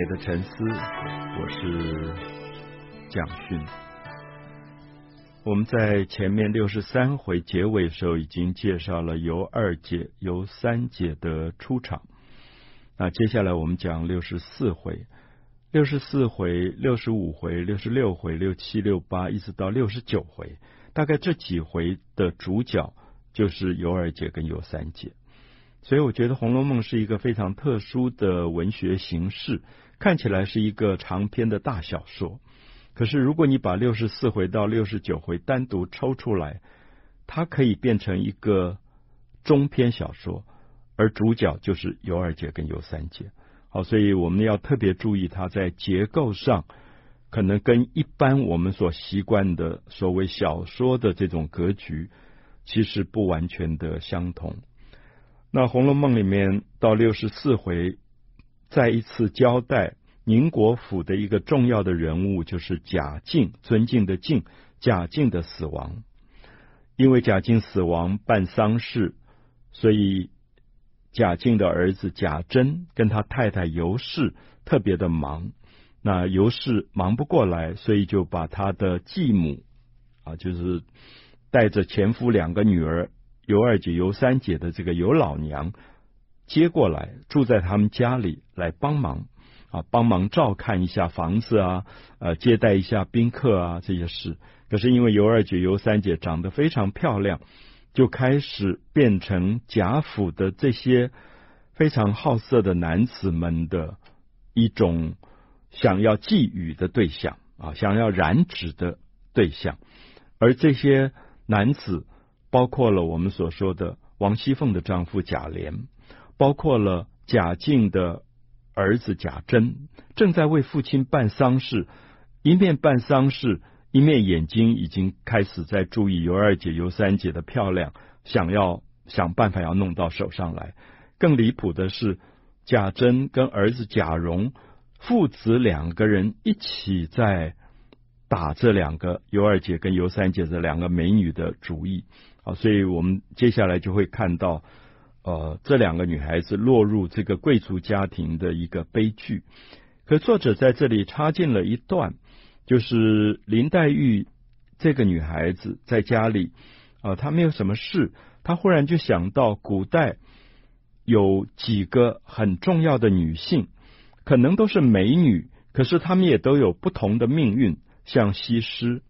美的沉思，我是蒋勋。我们在前面63回结尾的时候已经介绍了尤二姐、尤三姐的出场。那接下来我们讲64回、64回、65回、66回、67、68一直到69回，大概这几回的主角就是尤二姐跟尤三姐。所以我觉得《红楼梦》是一个非常特殊的文学形式，看起来是一个长篇的大小说，可是如果你把64回到69回单独抽出来，它可以变成一个中篇小说，而主角就是尤二姐跟尤三姐。好，所以我们要特别注意它在结构上可能跟一般我们所习惯的所谓小说的这种格局其实不完全的相同。那《红楼梦》里面到64回再一次交代宁国府的一个重要的人物，就是贾敬，尊敬的敬，贾敬的死亡。因为贾敬死亡办丧事，所以贾敬的儿子贾珍跟他太太尤氏特别的忙。那尤氏忙不过来，所以就把他的继母就是带着前夫2个女儿尤二姐、尤三姐的这个尤老娘接过来，住在他们家里来帮忙帮忙照看一下房子接待一下宾客这些事。可是因为尤二姐、尤三姐长得非常漂亮，就开始变成贾府的这些非常好色的男子们的一种想要觊觎的对象想要染指的对象。而这些男子包括了我们所说的王熙凤的丈夫贾琏，包括了贾敬的儿子贾珍，正在为父亲办丧事，一面办丧事，一面眼睛已经开始在注意尤二姐、尤三姐的漂亮，想办法要弄到手上来。更离谱的是，贾珍跟儿子贾蓉父子2个人一起在打这2个尤二姐跟尤三姐这2个美女的主意所以我们接下来就会看到这2个女孩子落入这个贵族家庭的一个悲剧。可作者在这里插进了一段，就是林黛玉这个女孩子在家里她没有什么事，她忽然就想到古代有几个很重要的女性，可能都是美女，可是她们也都有不同的命运，像西施，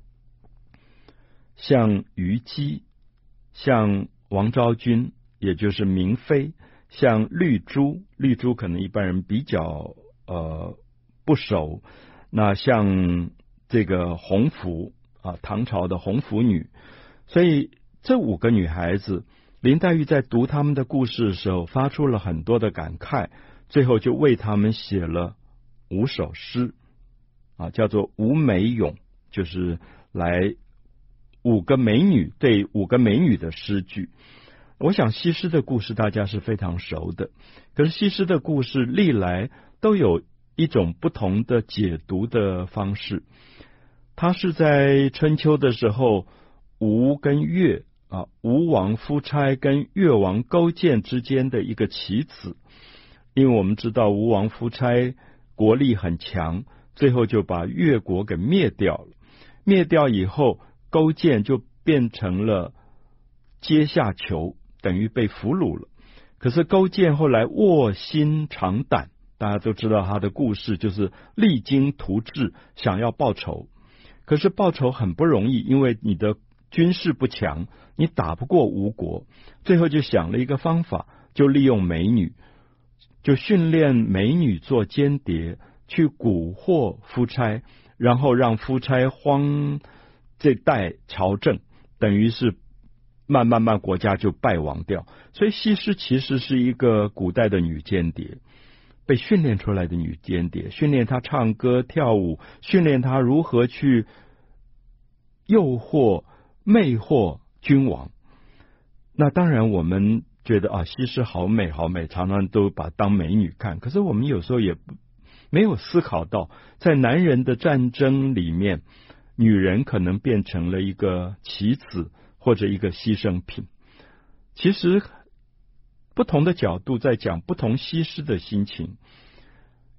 像虞姬，像王昭君也就是明妃，像绿珠，绿珠可能一般人比较不熟，那像这个红拂唐朝的红拂女。所以这5个女孩子，林黛玉在读她们的故事的时候发出了很多的感慨，最后就为她们写了5首诗叫做5美咏，就是来5个美女对5个美女的诗句。我想西施的故事大家是非常熟的，可是西施的故事历来都有一种不同的解读的方式。它是在春秋的时候，吴跟越吴王夫差跟越王勾践之间的一个棋子。因为我们知道吴王夫差国力很强，最后就把越国给灭掉了。灭掉以后，勾践就变成了阶下囚，等于被俘虏了。可是勾践后来卧薪尝胆，大家都知道他的故事，就是励精图治，想要报仇。可是报仇很不容易，因为你的军事不强，你打不过吴国。最后就想了一个方法，就利用美女，就训练美女做间谍，去蛊惑夫差，然后让夫差荒这代朝政，等于是慢国家就败亡掉。所以西施其实是一个古代的女间谍，被训练出来的女间谍，训练她唱歌跳舞，训练她如何去诱惑魅惑君王。那当然我们觉得西施好美好美，常常都把当美女看，可是我们有时候也没有思考到，在男人的战争里面，女人可能变成了一个棋子或者一个牺牲品。其实不同的角度在讲不同西施的心情。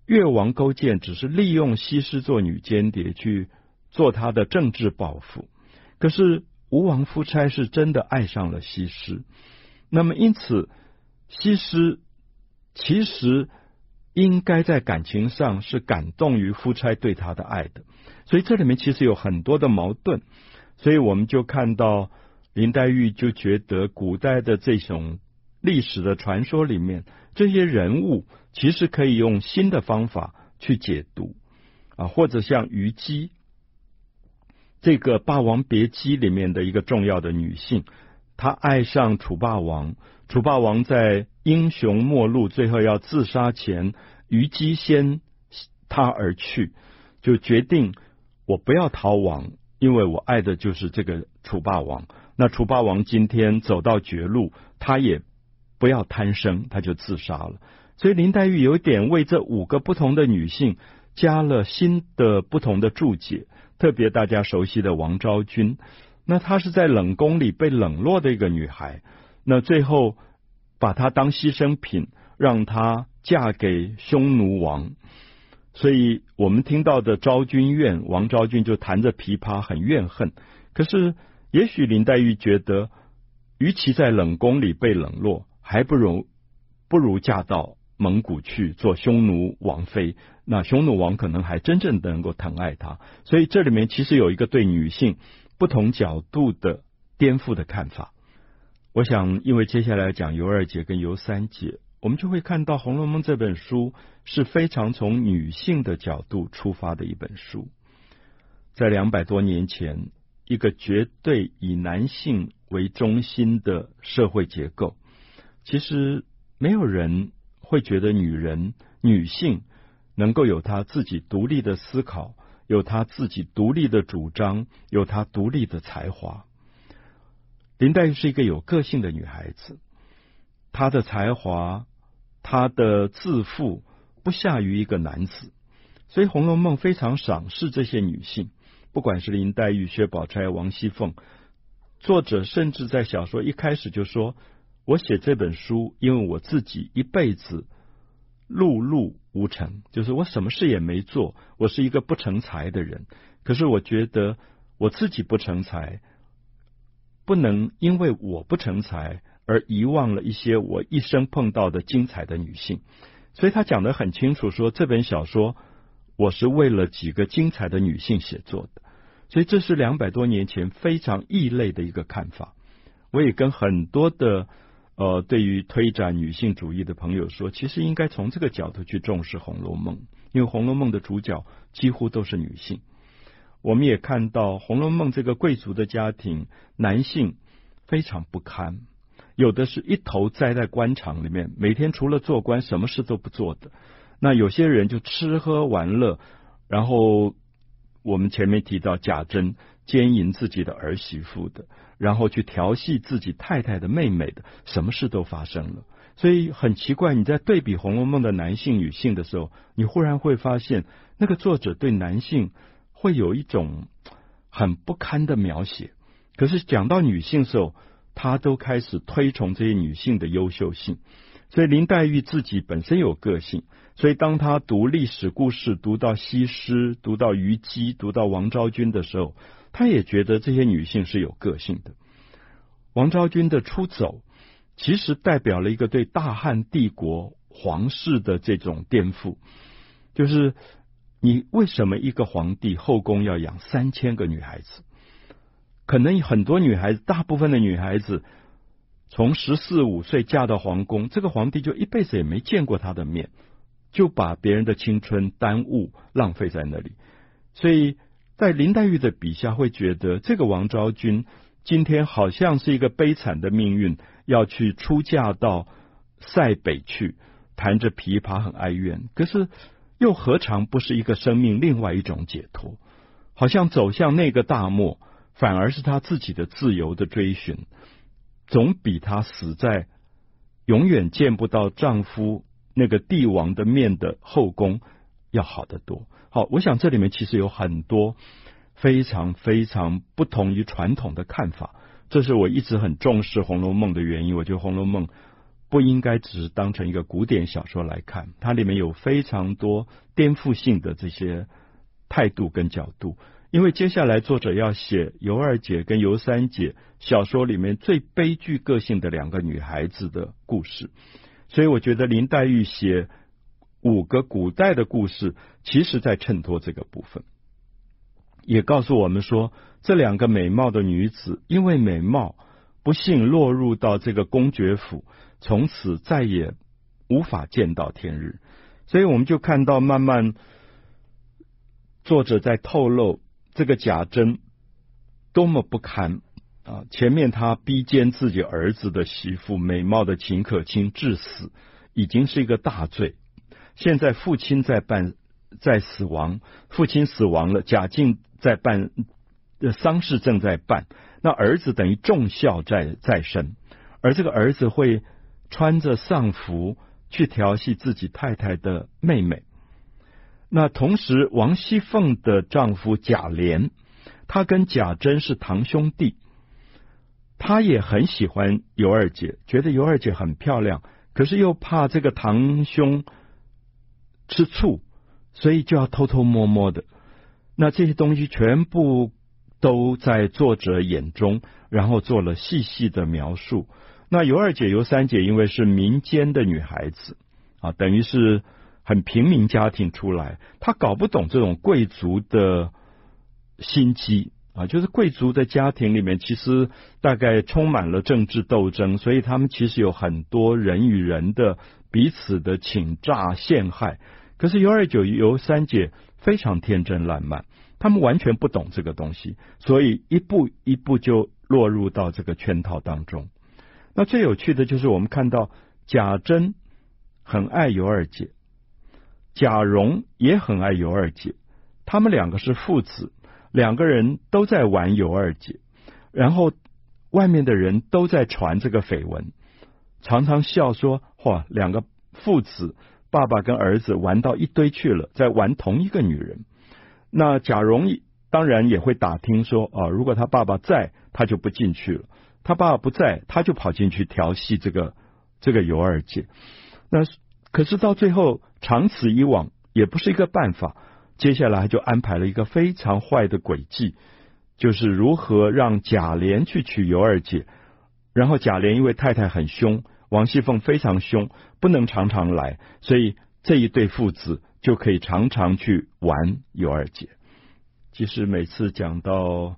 越王勾践只是利用西施做女间谍去做他的政治抱负，可是吴王夫差是真的爱上了西施，那么因此西施其实应该在感情上是感动于夫差对他的爱的，所以这里面其实有很多的矛盾，所以我们就看到林黛玉就觉得古代的这种历史的传说里面，这些人物其实可以用新的方法去解读或者像虞姬这个《霸王别姬》里面的一个重要的女性，她爱上楚霸王，楚霸王在英雄末路最后要自杀前，虞姬先他而去，就决定我不要逃亡，因为我爱的就是这个楚霸王。那楚霸王今天走到绝路，他也不要贪生，他就自杀了。所以林黛玉有点为这5个不同的女性加了新的不同的注解，特别大家熟悉的王昭君，那她是在冷宫里被冷落的一个女孩，那最后把她当牺牲品，让她嫁给匈奴王。所以我们听到的昭君怨，王昭君就弹着琵琶很怨恨，可是也许林黛玉觉得与其在冷宫里被冷落，还不如嫁到蒙古去做匈奴王妃，那匈奴王可能还真正能够疼爱她。所以这里面其实有一个对女性不同角度的颠覆的看法。我想因为接下来讲尤二姐跟尤三姐，我们就会看到《红楼梦》这本书是非常从女性的角度出发的一本书。在200多年前，一个绝对以男性为中心的社会结构，其实没有人会觉得女性能够有她自己独立的思考，有她自己独立的主张，有她独立的才华。林黛玉是一个有个性的女孩子，她的才华，她的自负不下于一个男子，所以《红楼梦》非常赏识这些女性，不管是林黛玉、薛宝钗、王熙凤，作者甚至在小说一开始就说，我写这本书因为我自己一辈子碌碌无成，就是我什么事也没做，我是一个不成才的人，可是我觉得我自己不成才，不能因为我不成才而遗忘了一些我一生碰到的精彩的女性。所以他讲得很清楚，说这本小说我是为了几个精彩的女性写作的，所以这是200多年前非常异类的一个看法。我也跟很多的对于推展女性主义的朋友说，其实应该从这个角度去重视《红楼梦》，因为《红楼梦》的主角几乎都是女性。我们也看到《红楼梦》这个贵族的家庭，男性非常不堪，有的是一头栽在官场里面，每天除了做官什么事都不做的。那有些人就吃喝玩乐，然后我们前面提到贾珍奸淫自己的儿媳妇的，然后去调戏自己太太的妹妹的，什么事都发生了。所以很奇怪，你在对比《红楼梦》的男性女性的时候，你忽然会发现那个作者对男性会有一种很不堪的描写，可是讲到女性的时候，他都开始推崇这些女性的优秀性。所以林黛玉自己本身有个性，所以当他读历史故事，读到西施，读到虞姬，读到王昭君的时候，他也觉得这些女性是有个性的。王昭君的出走其实代表了一个对大汉帝国皇室的这种颠覆，就是你为什么一个皇帝后宫要养3000个女孩子？可能很多女孩子，大部分的女孩子从14、15岁嫁到皇宫，这个皇帝就一辈子也没见过她的面，就把别人的青春耽误浪费在那里。所以在林黛玉的笔下会觉得这个王昭君今天好像是一个悲惨的命运，要去出嫁到塞北去，弹着琵琶很哀怨，可是又何尝不是一个生命另外一种解脱？好像走向那个大漠，反而是她自己的自由的追寻，总比她死在永远见不到丈夫那个帝王的面的后宫要好得多。好，我想这里面其实有很多非常非常不同于传统的看法，这是我一直很重视《红楼梦》的原因。我觉得《红楼梦》 不应该只是当成一个古典小说来看，它里面有非常多颠覆性的这些态度跟角度。因为接下来作者要写尤二姐跟尤三姐小说里面最悲剧个性的2个女孩子的故事，所以我觉得林黛玉写5个古代的故事，其实在衬托这个部分，也告诉我们说，这2个美貌的女子因为美貌不幸落入到这个公爵府，从此再也无法见到天日。所以我们就看到慢慢作者在透露这个贾珍多么不堪啊！前面他逼奸自己儿子的媳妇，美貌的秦可卿致死，已经是一个大罪。现在父亲在死亡，父亲死亡了，贾静在办丧事正在办，那儿子等于重孝在身，而这个儿子会穿着丧服去调戏自己太太的妹妹。那同时王熙凤的丈夫贾琏，他跟贾珍是堂兄弟，他也很喜欢尤二姐，觉得尤二姐很漂亮，可是又怕这个堂兄吃醋，所以就要偷偷摸摸的。那这些东西全部都在作者眼中，然后做了细细的描述。那尤二姐、尤三姐因为是民间的女孩子啊，等于是很平民家庭出来，她搞不懂这种贵族的心机啊，就是贵族的家庭里面其实大概充满了政治斗争，所以他们其实有很多人与人的彼此的侵诈陷害。可是尤二姐、尤三姐非常天真烂漫，他们完全不懂这个东西，所以一步一步就落入到这个圈套当中。那最有趣的就是我们看到贾珍很爱尤二姐，贾蓉也很爱尤二姐，他们2个是父子，2个人都在玩尤二姐，然后外面的人都在传这个绯闻，常常笑说哇，2个父子爸爸跟儿子玩到一堆去了，在玩同一个女人。那贾蓉当然也会打听说如果他爸爸在，他就不进去了，他爸爸不在，他就跑进去调戏这个尤二姐。那可是到最后长此以往也不是一个办法，接下来就安排了一个非常坏的诡计，就是如何让贾琏去娶尤二姐，然后贾琏因为太太很凶，王熙凤非常凶，不能常常来，所以这一对父子就可以常常去玩尤二姐。其实每次讲到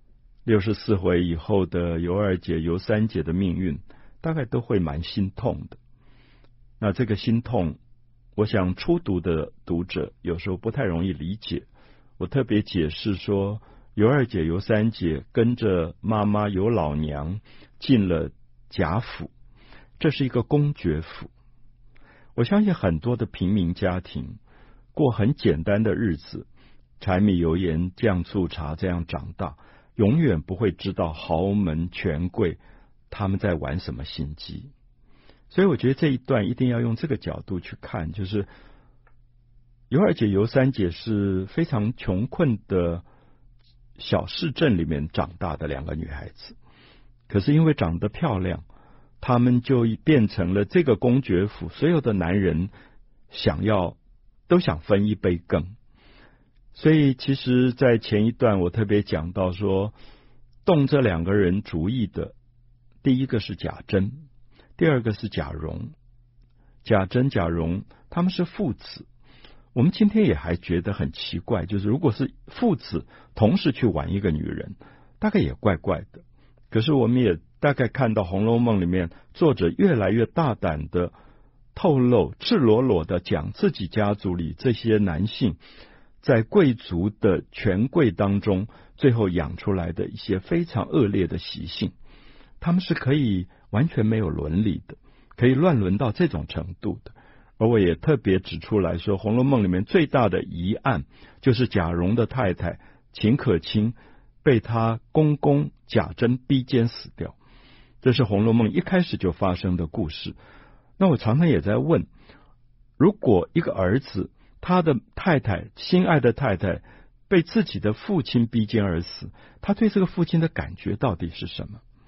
64回以后的尤二姐、尤三姐的命运，大概都会蛮心痛的。那这个心痛，我想初读的读者有时候不太容易理解。我特别解释说，尤二姐、尤三姐跟着妈妈尤老娘进了贾府，这是一个公爵府。我相信很多的平民家庭过很简单的日子，柴米油盐酱醋茶这样长大，永远不会知道豪门权贵他们在玩什么心机。所以我觉得这一段一定要用这个角度去看，就是尤二姐、尤三姐是非常穷困的小市镇里面长大的2个女孩子，可是因为长得漂亮，她们就变成了这个公爵府所有的男人都想分一杯羹。所以其实在前一段我特别讲到说，动这2个人主意的，第一个是贾珍，第2个是贾蓉。贾珍、贾蓉他们是父子，我们今天也还觉得很奇怪，就是如果是父子同时去玩一个女人，大概也怪怪的。可是我们也大概看到《红楼梦》里面作者越来越大胆的透露，赤裸裸的讲自己家族里这些男性在贵族的权贵当中最后养出来的一些非常恶劣的习性，他们是可以完全没有伦理的，可以乱伦到这种程度的。而我也特别指出来说，《红楼梦》里面最大的疑案就是贾蓉的太太秦可卿被他公公贾珍逼奸死掉，这是《红楼梦》一开始就发生的故事。那我常常也在问，如果一个儿子他的太太心爱的太太被自己的父亲逼奸而死，他对这个父亲的感觉到底是什么？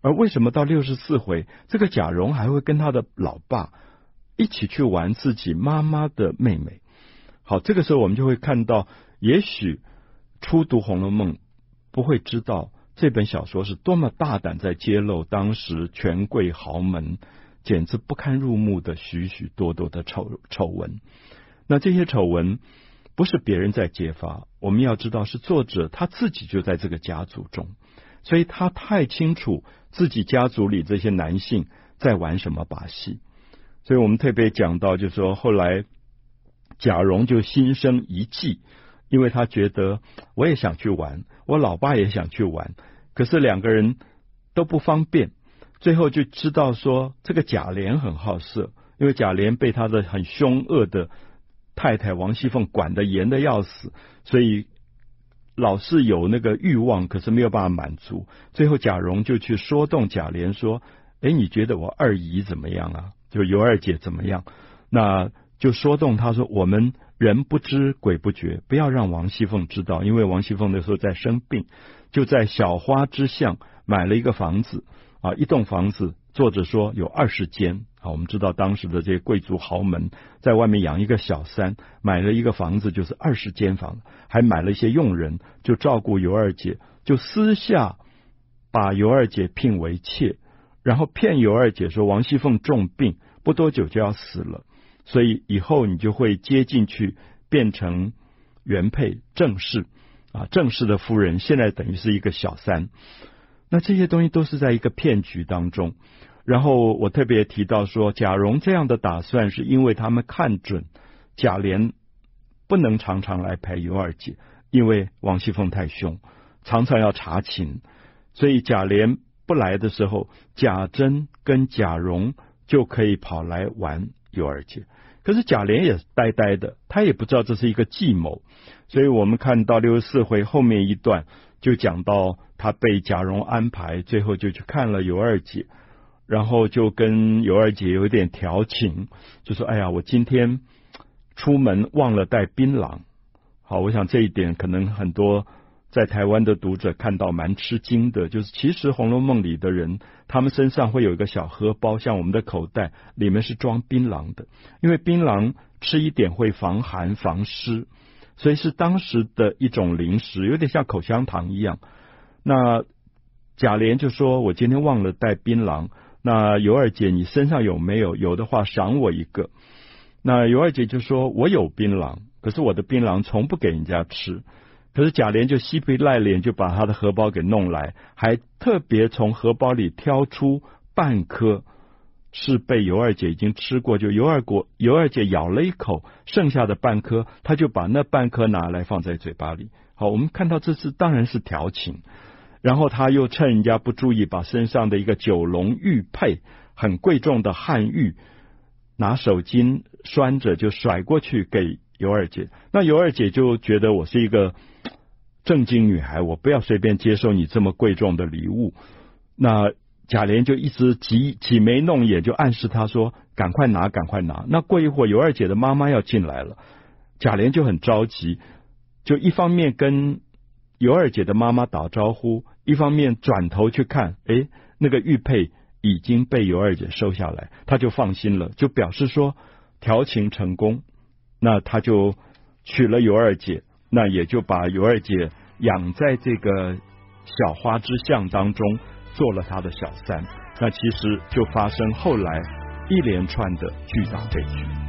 而为什么到64回，这个贾蓉还会跟他的老爸一起去玩自己妈妈的妹妹？好，这个时候我们就会看到，也许初读《红楼梦》不会知道这本小说是多么大胆在揭露当时权贵豪门简直不堪入目的许许多多的丑闻。那这些丑闻不是别人在揭发，我们要知道是作者他自己就在这个家族中，所以他太清楚自己家族里这些男性在玩什么把戏。所以我们特别讲到，就是说后来贾蓉就心生一计，因为他觉得我也想去玩，我老爸也想去玩，可是两个人都不方便，最后就知道说这个贾琏很好色，因为贾琏被他的很凶恶的太太王熙凤管得严得要死，所以老是有那个欲望，可是没有办法满足。最后贾蓉就去说动贾琏说，你觉得我二姨怎么样啊？就尤二姐怎么样？那就说动他说，我们人不知鬼不觉，不要让王熙凤知道，因为王熙凤那时候在生病，就在小花之巷买了一个房子啊，一栋房子，作者说有20间啊。我们知道当时的这些贵族豪门在外面养一个小三，买了一个房子就是20间房，还买了一些佣人，就照顾尤二姐，就私下把尤二姐聘为妾，然后骗尤二姐说王熙凤重病，不多久就要死了，所以以后你就会接进去变成原配正室啊，正室的夫人现在等于是一个小三。那这些东西都是在一个骗局当中。然后我特别提到说，贾蓉这样的打算是因为他们看准贾琏不能常常来陪尤二姐，因为王熙凤太凶，常常要查寝，所以贾琏不来的时候，贾珍跟贾蓉就可以跑来玩尤二姐。可是贾琏也呆呆的，他也不知道这是一个计谋，所以我们看到64回后面一段就讲到他被贾蓉安排，最后就去看了尤二姐，然后就跟尤二姐有点调情，就说哎呀，我今天出门忘了带槟榔。好，我想这一点可能很多在台湾的读者看到蛮吃惊的，就是其实《红楼梦》里的人，他们身上会有一个小荷包，像我们的口袋，里面是装槟榔的，因为槟榔吃一点会防寒防湿，所以是当时的一种零食，有点像口香糖一样。那贾琏就说，我今天忘了带槟榔，那尤二姐你身上有没有？有的话赏我一个。那尤二姐就说，我有槟榔，可是我的槟榔从不给人家吃。可是贾琏就嬉皮赖脸，就把他的荷包给弄来，还特别从荷包里挑出半颗是被尤二姐已经吃过，就尤二姐咬了一口，剩下的半颗他就把那半颗拿来放在嘴巴里。好，我们看到这次当然是调情，然后他又趁人家不注意，把身上的一个九龙玉佩，很贵重的汉玉，拿手巾拴着就甩过去给尤二姐。那尤二姐就觉得我是一个正经女孩，我不要随便接受你这么贵重的礼物。那贾琏就一直挤眉弄眼，就暗示他说赶快拿赶快拿。那过一会儿尤二姐的妈妈要进来了，贾琏就很着急，就一方面跟尤二姐的妈妈打招呼，一方面转头去看，那个玉佩已经被尤二姐收下来，他就放心了，就表示说调情成功。那他就娶了尤二姐，那也就把尤二姐养在这个小花之巷当中，做了他的小三。那其实就发生后来一连串的巨大悲剧。